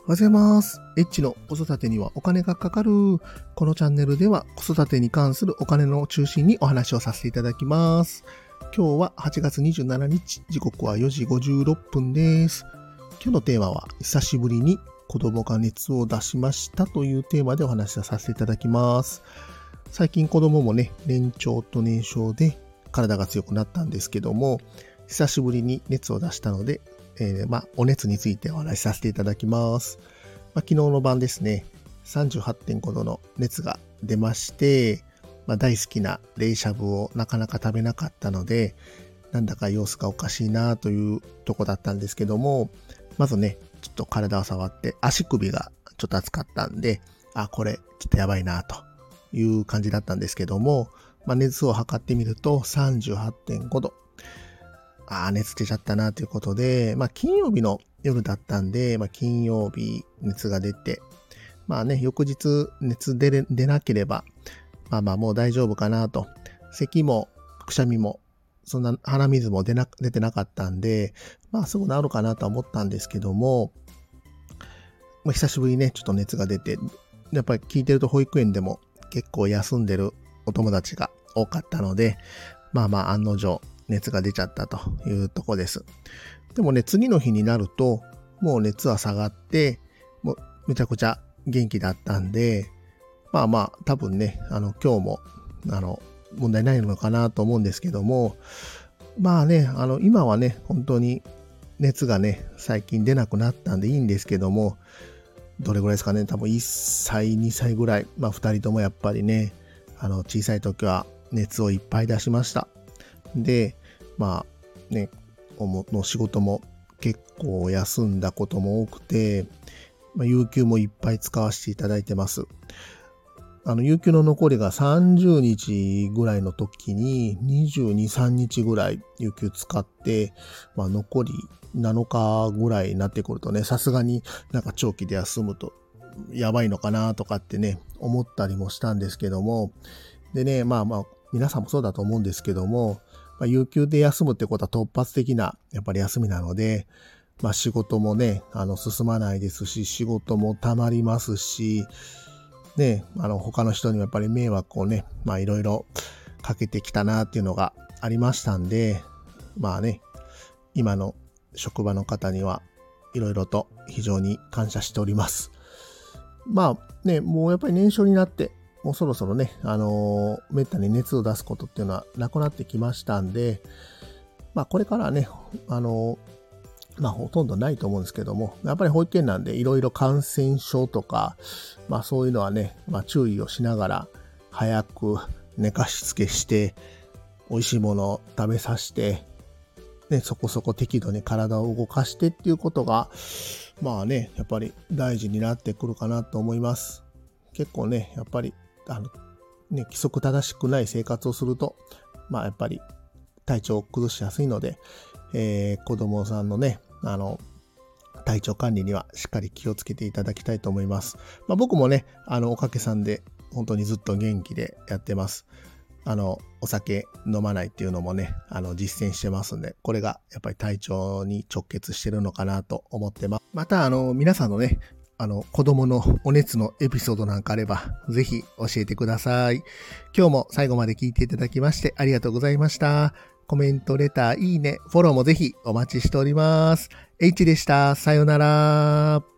おはようございます。H の子育てにはお金がかかる。このチャンネルでは子育てに関するお金の中心にお話をさせていただきます。今日は8月27日、時刻は4時56分です。今日のテーマは久しぶりに子供が熱を出しましたというテーマでお話をさせていただきます。最近子供もね、年長と年少で体が強くなったんですけども、久しぶりに熱を出したので、お熱についてお話しさせていただきます。昨日の晩ですね、38.5 度の熱が出まして、大好きな冷しゃぶをなかなか食べなかったので、なんだか様子がおかしいなというとこだったんですけども、まずね、ちょっと体を触って足首がちょっと熱かったんで、これちょっとやばいなという感じだったんですけども、熱を測ってみると 38.5 度。熱出ちゃったなということで、金曜日の夜だったんで、金曜日熱が出て、翌日熱出なければ、もう大丈夫かなと。咳もくしゃみも、そんな鼻水も出てなかったんで、すぐ治るかなとは思ったんですけども、久しぶりにね、ちょっと熱が出て、やっぱり聞いてると保育園でも結構休んでるお友達が多かったので、案の定、熱が出ちゃったというとこです。でもね、次の日になると、もう熱は下がって、もうめちゃくちゃ元気だったんで、多分ね、今日も、問題ないのかなと思うんですけども、今はね、本当に熱がね、最近出なくなったんでいいんですけども、どれぐらいですかね、多分1歳、2歳ぐらい、2人ともやっぱりね、小さい時は熱をいっぱい出しました。で、の仕事も結構休んだことも多くて、有給もいっぱい使わせていただいてます。有給の残りが30日ぐらいの時に22、3日ぐらい有給使って、残り7日ぐらいになってくるとね、さすがになんか長期で休むとやばいのかなとかってね、思ったりもしたんですけども、でね、皆さんもそうだと思うんですけども、有給で休むってことは突発的なやっぱり休みなので、仕事もね、進まないですし、仕事も溜まりますし、ね、他の人にもやっぱり迷惑をね、いろいろかけてきたなっていうのがありましたんで、今の職場の方にはいろいろと非常に感謝しております。もうやっぱり年少になって、もうそろそろね、めったに熱を出すことっていうのはなくなってきましたんで、これからはね、ほとんどないと思うんですけども、やっぱり保育園なんでいろいろ感染症とか、そういうのはね、注意をしながら、早く寝かしつけして、美味しいものを食べさせて、ね、そこそこ適度に体を動かしてっていうことが、やっぱり大事になってくるかなと思います。結構ね、やっぱり、規則正しくない生活をすると、やっぱり体調を崩しやすいので、子供さんのね、体調管理にはしっかり気をつけていただきたいと思います。僕もね、おかげさんで本当にずっと元気でやってます。お酒飲まないっていうのもね、実践してますんで、これがやっぱり体調に直結してるのかなと思ってます。また、皆さんのね、子供のお熱のエピソードなんかあれば、ぜひ教えてください。今日も最後まで聞いていただきましてありがとうございました。コメント、レター、いいね、フォローもぜひお待ちしております。H でした。さようなら。